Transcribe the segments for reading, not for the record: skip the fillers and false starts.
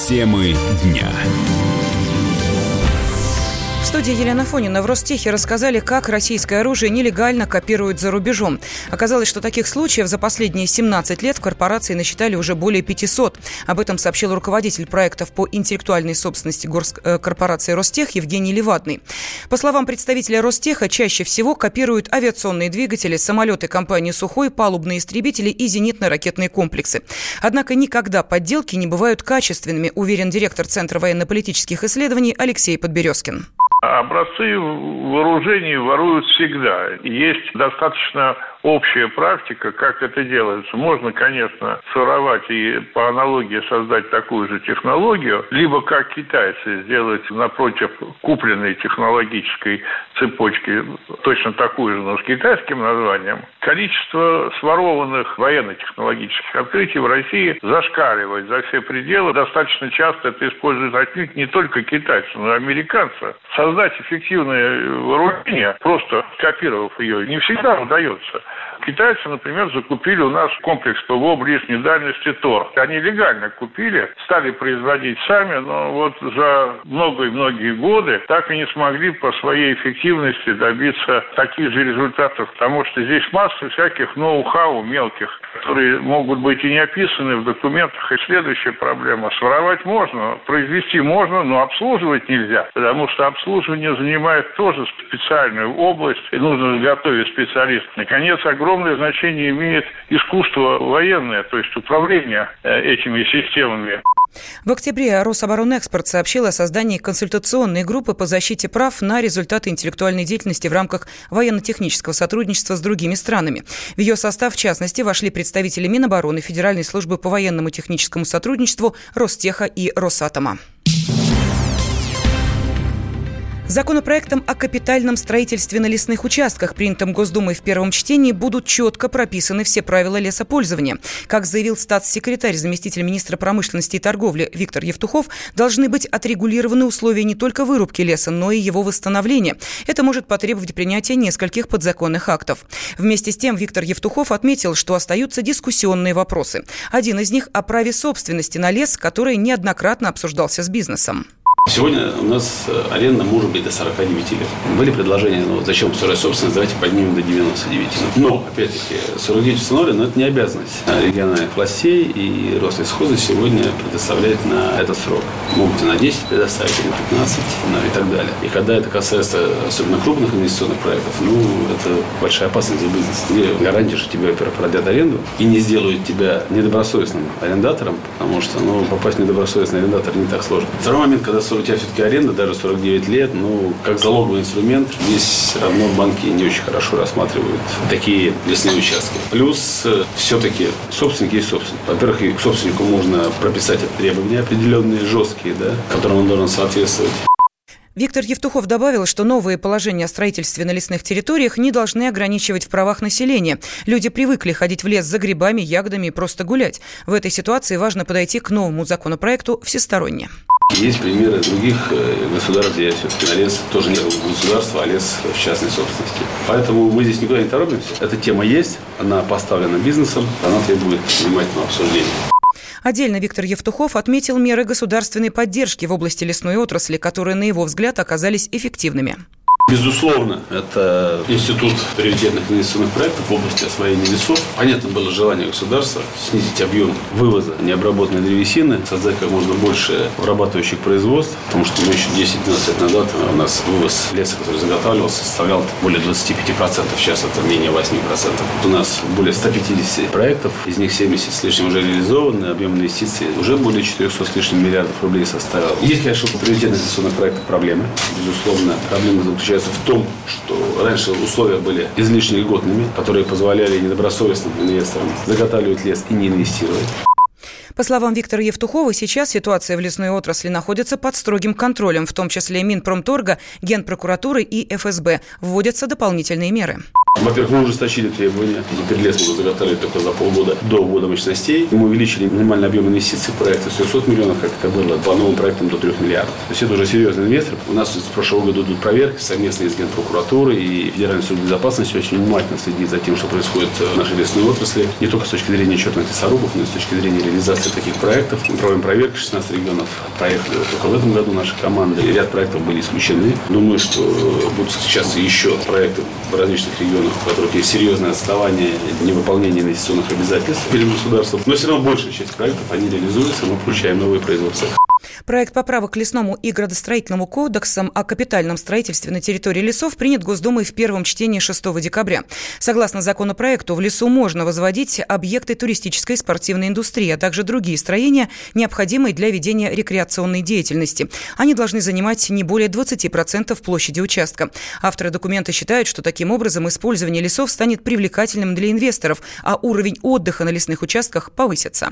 Темы дня. В студии Елена Фонина. В Ростехе рассказали, как российское оружие нелегально копируют за рубежом. Оказалось, что таких случаев за последние 17 лет в корпорации насчитали уже более 500. Об этом сообщил руководитель проектов по интеллектуальной собственности корпорации Ростех Евгений Левадный. По словам представителя Ростеха, чаще всего копируют авиационные двигатели, самолеты компании «Сухой», палубные истребители и зенитно-ракетные комплексы. Однако никогда подделки не бывают качественными, уверен директор Центра военно-политических исследований Алексей Подберезкин. Образцы вооружений воруют всегда. Есть достаточно общая практика, как это делается. Можно, конечно, своровать и по аналогии создать такую же технологию, либо как китайцы сделать напротив купленной технологической цепочки точно такую же, но с китайским названием. Количество сворованных военно-технологических открытий в России зашкаливает за все пределы. Достаточно часто это используют отнюдь не только китайцы, но и американцы. Создать эффективное вооружение, просто скопировав ее, не всегда удается. Китайцы, например, закупили у нас комплекс ПВО ближней дальности ТОР. Они легально купили, стали производить сами, но вот за многие годы так и не смогли по своей эффективности добиться таких же результатов, потому что здесь масса всяких ноу-хау мелких, которые могут быть и не описаны в документах. И следующая проблема. Своровать можно, произвести можно, но обслуживать нельзя, потому что обслуживание занимает тоже специальную область, и нужно готовить специалистов. Наконец, огромное значение имеет искусство военное, то есть управление этими системами. В октябре Рособоронэкспорт сообщил о создании консультационной группы по защите прав на результаты интеллектуальной деятельности в рамках военно-технического сотрудничества с другими странами. В ее состав, в частности, вошли представители Минобороны, Федеральной службы по военному техническому сотрудничеству, Ростеха и Росатома. Законопроектом о капитальном строительстве на лесных участках, принятым Госдумой в первом чтении, будут четко прописаны все правила лесопользования. Как заявил статс-секретарь, заместитель министра промышленности и торговли Виктор Евтухов, должны быть отрегулированы условия не только вырубки леса, но и его восстановления. Это может потребовать принятия нескольких подзаконных актов. Вместе с тем Виктор Евтухов отметил, что остаются дискуссионные вопросы. Один из них о праве собственности на лес, который неоднократно обсуждался с бизнесом. Сегодня у нас аренда может быть до 49 лет. Были предложения, зачем обсуждать собственность, давайте поднимем до 99. Но, опять-таки, 49 установлено, но это не обязанность региональных властей, и Рослесхоза сегодня предоставляет на этот срок. Могут и на 10 предоставить, и на 15, и так далее. И когда это касается особенно крупных инвестиционных проектов, это большая опасность для бизнеса. Где гарантия, что тебе, во-первых, продлят аренду и не сделают тебя недобросовестным арендатором, потому что попасть в недобросовестный арендатор не так сложно. Второй момент, когда у тебя все-таки аренда, даже 49 лет, как залоговый инструмент, здесь все равно банки не очень хорошо рассматривают такие лесные участки. Плюс все-таки собственник есть собственник. Во-первых, и к собственнику можно прописать требования определенные, жесткие, которым он должен соответствовать. Виктор Евтухов добавил, что новые положения о строительстве на лесных территориях не должны ограничивать в правах населения. Люди привыкли ходить в лес за грибами, ягодами и просто гулять. В этой ситуации важно подойти к новому законопроекту всесторонне. Есть примеры других государств, где все-таки на лес тоже не государство, а лес в частной собственности. Поэтому мы здесь никуда не торопимся. Эта тема есть, она поставлена бизнесом, она требует внимательного обсуждения. Отдельно Виктор Евтухов отметил меры государственной поддержки в области лесной отрасли, которые, на его взгляд, оказались эффективными. Безусловно, это институт приоритетных инвестиционных проектов в области освоения лесов. Понятно было желание государства снизить объем вывоза необработанной древесины, создать как можно больше обрабатывающих производств, потому что мы еще 10-12 лет назад у нас вывоз леса, который заготавливался, составлял более 25%, сейчас это менее 8%. У нас более 150 проектов, из них 70 с лишним уже реализованы, объем инвестиций уже более 400 с лишним миллиардов рублей составил. Есть, конечно, у приоритетных инвестиционных проектов проблемы. Безусловно, проблема заключается в том, что раньше условия были излишне льготными, которые позволяли недобросовестным инвесторам заготавливать лес и не инвестировать. По словам Виктора Евтухова, сейчас ситуация в лесной отрасли находится под строгим контролем, в том числе Минпромторга, Генпрокуратуры и ФСБ. Вводятся дополнительные меры. Во-первых, мы ужесточили требования. Перелес мы заготовили только за полгода до ввода мощностей. Мы увеличили минимальный объем инвестиций в проекты с 300 миллионов, как это было, по новым проектам до 3 миллиардов. То есть это уже серьезный инвестор. У нас с прошлого года идут проверки совместные с Генпрокуратурой, и Федеральный служба безопасности очень внимательно следит за тем, что происходит в нашей лесной отрасли. Не только с точки зрения учетных лесорубов, но и с точки зрения реализации таких проектов. Мы проводим проверки, 16 регионов проехали. Только в этом году наша команда, и ряд проектов были исключены. Думаю, что будут сейчас еще проекты в различных регионах, в которых есть серьезное отставание, невыполнение инвестиционных обязательств перед государством. Но все равно большая часть проектов, они реализуются, мы включаем новые производства. Проект поправок к Лесному и градостроительному кодексам о капитальном строительстве на территории лесов принят Госдумой в первом чтении 6 декабря. Согласно законопроекту, в лесу можно возводить объекты туристической и спортивной индустрии, а также другие строения, необходимые для ведения рекреационной деятельности. Они должны занимать не более 20% площади участка. Авторы документа считают, что таким образом использование лесов станет привлекательным для инвесторов, а уровень отдыха на лесных участках повысится.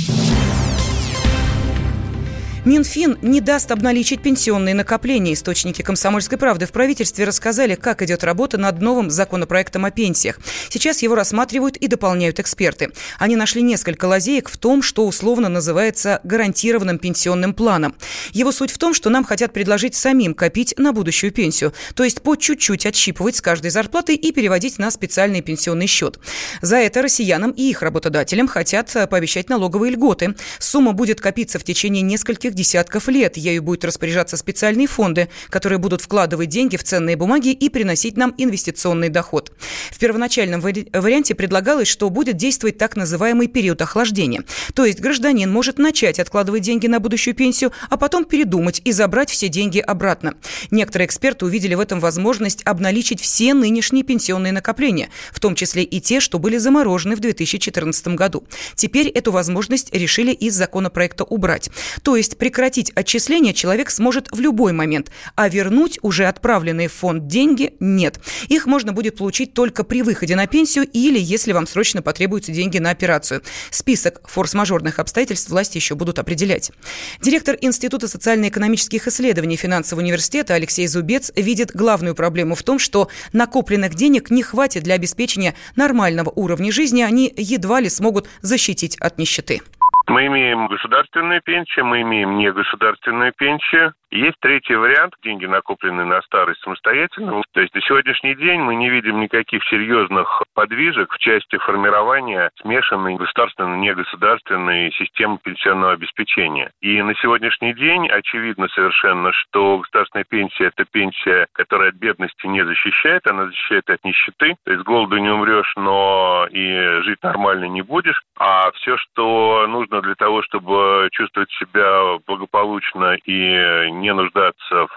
Минфин не даст обналичить пенсионные накопления. Источники «Комсомольской правды» в правительстве рассказали, как идет работа над новым законопроектом о пенсиях. Сейчас его рассматривают и дополняют эксперты. Они нашли несколько лазеек в том, что условно называется гарантированным пенсионным планом. Его суть в том, что нам хотят предложить самим копить на будущую пенсию, то есть по чуть-чуть отщипывать с каждой зарплаты и переводить на специальный пенсионный счет. За это россиянам и их работодателям хотят пообещать налоговые льготы. Сумма будет копиться в течение нескольких десятков лет. Ею будут распоряжаться специальные фонды, которые будут вкладывать деньги в ценные бумаги и приносить нам инвестиционный доход. В первоначальном варианте предлагалось, что будет действовать так называемый период охлаждения. То есть гражданин может начать откладывать деньги на будущую пенсию, а потом передумать и забрать все деньги обратно. Некоторые эксперты увидели в этом возможность обналичить все нынешние пенсионные накопления, в том числе и те, что были заморожены в 2014 году. Теперь эту возможность решили из законопроекта убрать. То есть прекратить отчисления человек сможет в любой момент, а вернуть уже отправленные в фонд деньги нет. Их можно будет получить только при выходе на пенсию или если вам срочно потребуются деньги на операцию. Список форс-мажорных обстоятельств власти еще будут определять. Директор Института социально-экономических исследований Финансового университета Алексей Зубец видит главную проблему в том, что накопленных денег не хватит для обеспечения нормального уровня жизни, они едва ли смогут защитить от нищеты. Мы имеем государственную пенсию, мы имеем негосударственную пенсию. Есть третий вариант, деньги, накопленные на старость самостоятельно. То есть на сегодняшний день мы не видим никаких серьезных подвижек в части формирования смешанной государственно-негосударственной системы пенсионного обеспечения. И на сегодняшний день очевидно совершенно, что государственная пенсия – это пенсия, которая от бедности не защищает, она защищает от нищеты. То есть с голоду не умрешь, но и жить нормально не будешь. А все, что нужно для того, чтобы чувствовать себя благополучно и не нуждаться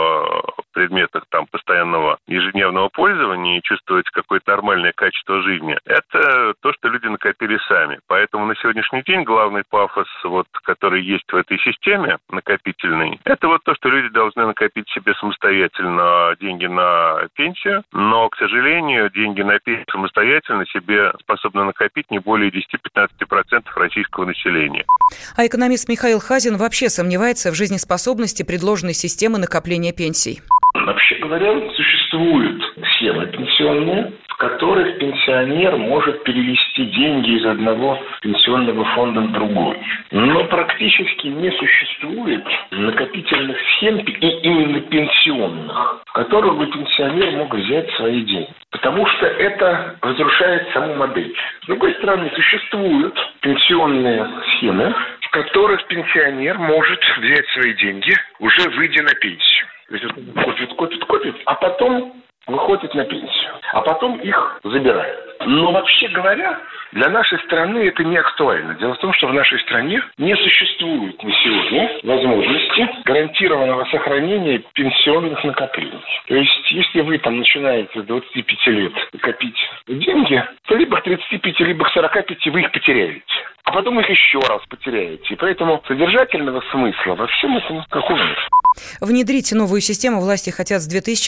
в предметах там постоянного ежедневного пользования и чувствовать какое-то нормальное качество жизни, это то, что люди накопили сами. Поэтому на сегодняшний день главный пафос, который есть в этой системе накопительной, это то, что люди должны накопить себе самостоятельно деньги на пенсию, но, к сожалению, деньги на пенсию самостоятельно себе способны накопить не более 10-15% российского населения. А экономист Михаил Хазин вообще сомневается в жизнеспособности предложенной системы накопления пенсий. Вообще говоря, существуют схемы пенсионные, в которых пенсионер может перевести деньги из одного пенсионного фонда в другой. Но практически не существует накопительных схем, и именно пенсионных, в которых бы пенсионер мог взять свои деньги. Потому что это разрушает саму модель. С другой стороны, существуют пенсионные схемы, в которых пенсионер может взять свои деньги, уже выйдя на пенсию. То есть копит, а потом выходит на пенсию. А потом их забирают. Но вообще говоря, для нашей страны это не актуально. Дело в том, что в нашей стране не существует на сегодня возможности гарантированного сохранения пенсионных накоплений. То есть, если вы начинаете с 25 лет копить деньги, то либо к 35, либо к 45 вы их потеряете. А потом их еще раз потеряете. И поэтому содержательного смысла во всем этом какого нет. Внедрить новую систему власти хотят с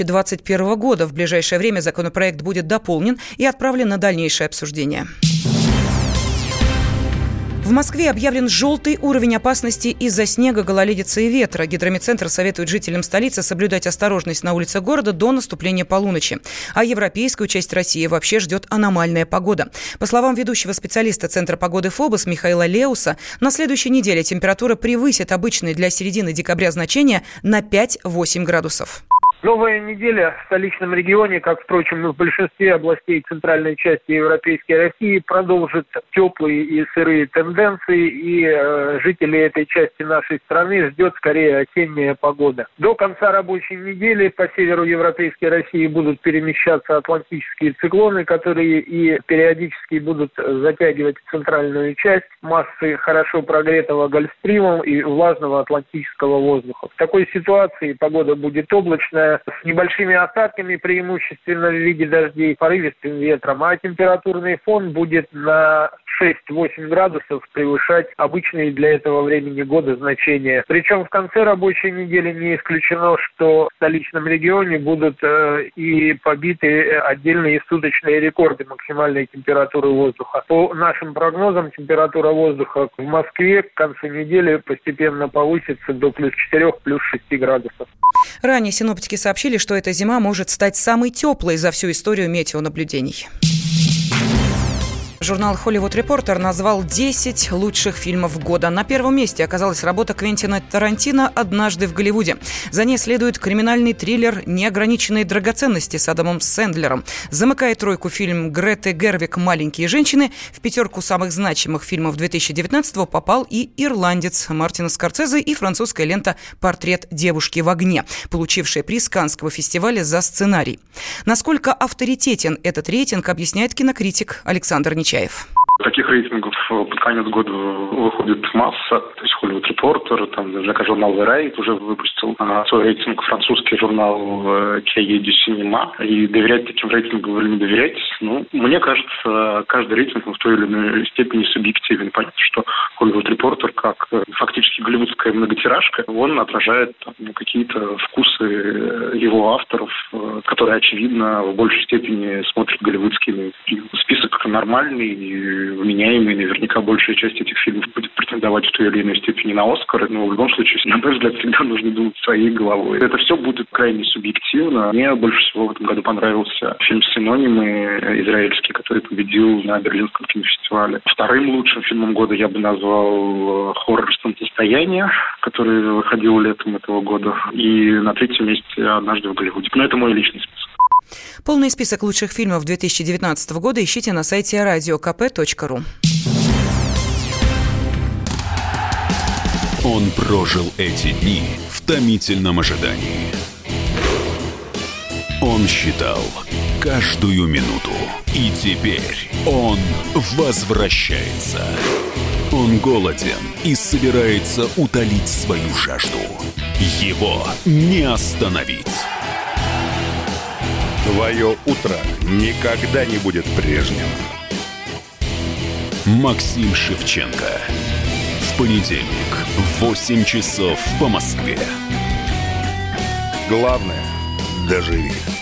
2021 года. В ближайшее время законопроект будет дополнен и отправлен на дальнейшее обсуждение. В Москве объявлен желтый уровень опасности из-за снега, гололедицы и ветра. Гидрометцентр советует жителям столицы соблюдать осторожность на улицах города до наступления полуночи. А европейскую часть России вообще ждет аномальная погода. По словам ведущего специалиста Центра погоды ФОБОС Михаила Леуса, на следующей неделе температура превысит обычные для середины декабря значения на 5-8 градусов. Новая неделя в столичном регионе, как, впрочем, и в большинстве областей центральной части Европейской России, продолжит теплые и сырые тенденции, и жителей этой части нашей страны ждет скорее осенняя погода. До конца рабочей недели по северу Европейской России будут перемещаться атлантические циклоны, которые и периодически будут затягивать центральную часть массы хорошо прогретого гольфстримом и влажного атлантического воздуха. В такой ситуации погода будет облачная, с небольшими осадками, преимущественно в виде дождей, порывистым ветром, а температурный фон будет на 6-8 градусов превышать обычные для этого времени года значения. Причем в конце рабочей недели не исключено, что в столичном регионе будут и побиты отдельные суточные рекорды максимальной температуры воздуха. По нашим прогнозам, температура воздуха в Москве к концу недели постепенно повысится до плюс 4, плюс 6 градусов. Ранее синоптики сообщили, что эта зима может стать самой теплой за всю историю метеонаблюдений. Журнал «Холливуд Репортер» назвал 10 лучших фильмов года. На первом месте оказалась работа Квентина Тарантино «Однажды в Голливуде». За ней следует криминальный триллер «Неограниченные драгоценности» с Адамом Сэндлером. Замыкает тройку фильм Греты Гервиг «Маленькие женщины». В пятерку самых значимых фильмов 2019-го попал и «Ирландец» Мартина Скорсезе и французская лента «Портрет девушки в огне», получившая приз Каннского фестиваля за сценарий. Насколько авторитетен этот рейтинг, объясняет кинокритик Александр Нечаев. Таких рейтингов под конец года выходит масса. То есть Hollywood Reporter, там даже журнал Variety уже выпустил свой рейтинг, французский журнал Cahiers du Cinéma. И доверять таким рейтингам или не доверять, мне кажется, каждый рейтинг в той или иной степени субъективен. Понятно, что Hollywood Reporter, как фактически голливудская многотиражка, он отражает какие-то вкусы его авторов, которые, очевидно, в большей степени смотрят голливудские фильмы. Список нормальный и вменяемый, наверняка большая часть этих фильмов будет претендовать в той или иной степени на Оскар, но в любом случае, на мой взгляд, всегда нужно думать своей головой. Это все будет крайне субъективно. Мне больше всего в этом году понравился фильм «Синонимы» израильский, который победил на Берлинском кинофестивале. Вторым лучшим фильмом года я бы назвал «Хоррор солнцестояния», который выходил летом этого года. И на третьем месте «Однажды в Голливуде». Но это мой личный список. Полный список лучших фильмов 2019 года ищите на сайте radiokp.ru. Он прожил эти дни в томительном ожидании. Он считал каждую минуту. И теперь он возвращается. Он голоден и собирается утолить свою жажду. Его не остановить. Твое утро никогда не будет прежним. Максим Шевченко. В понедельник в 8 часов по Москве. Главное – доживи.